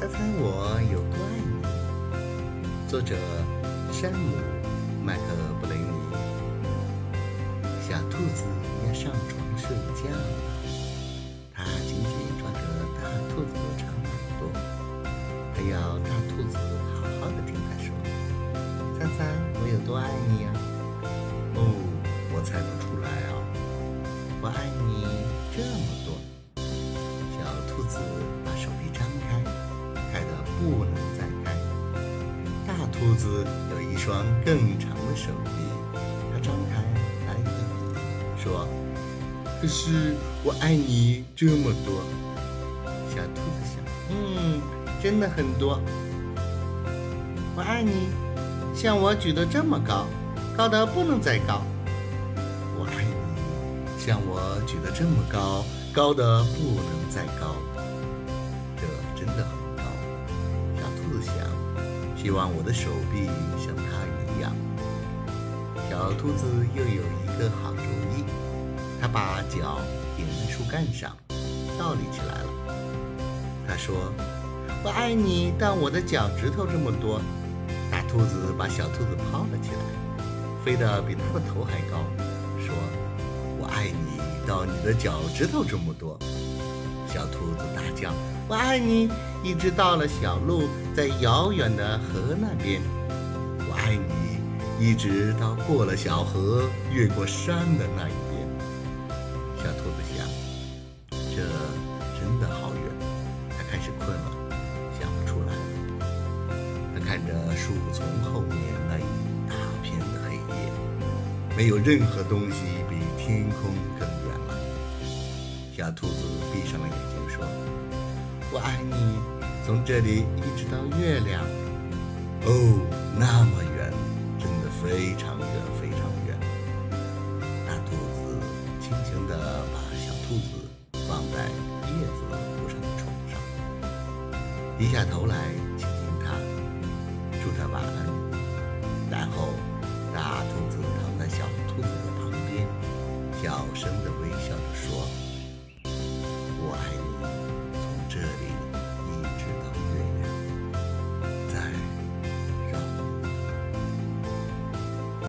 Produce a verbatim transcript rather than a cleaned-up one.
猜猜我有多爱你。作者：山姆·麦克布雷尼。小兔子要上床睡觉了，它紧紧抓着大兔子的长耳朵，它要大兔子好好的听它说：猜猜我有多爱你呀？哦，我猜不出来啊。我爱你这么多。小兔子把手臂张开，开得不能再开。大兔子有一双更长的手臂，它张开来一比，说：可是我爱你这么多。小兔子想，嗯，真的很多。我爱你，像我举得这么高，高得不能再高。我爱你，像我举得这么高，高得不能再高。这真的很高。小兔子想，希望我的手臂像它一样。小兔子又有一个好主意，它把脚顶在树干上，倒立起来了。它说：我爱你到我的脚趾头这么多。大兔子把小兔子抛了起来，飞得比它的头还高，说：我爱你到你的脚趾头这么多。小兔子大叫：我爱你一直到了小路在遥远的河那边。我爱你一直到过了小河，越过山的那一边。小兔子想，这真的好远。它开始困了，想不出来了。它看着树丛后面那一大片的黑夜，没有任何东西比天空更远了。小兔子闭上了眼睛说：我爱你从这里一直到月亮。哦，那么远，真的非常远非常远。大兔子轻轻地把小兔子放在叶子铺上的床上，低下头来亲亲它，祝它晚安。然后大兔子躺在小兔子的旁边，小声地微笑着说：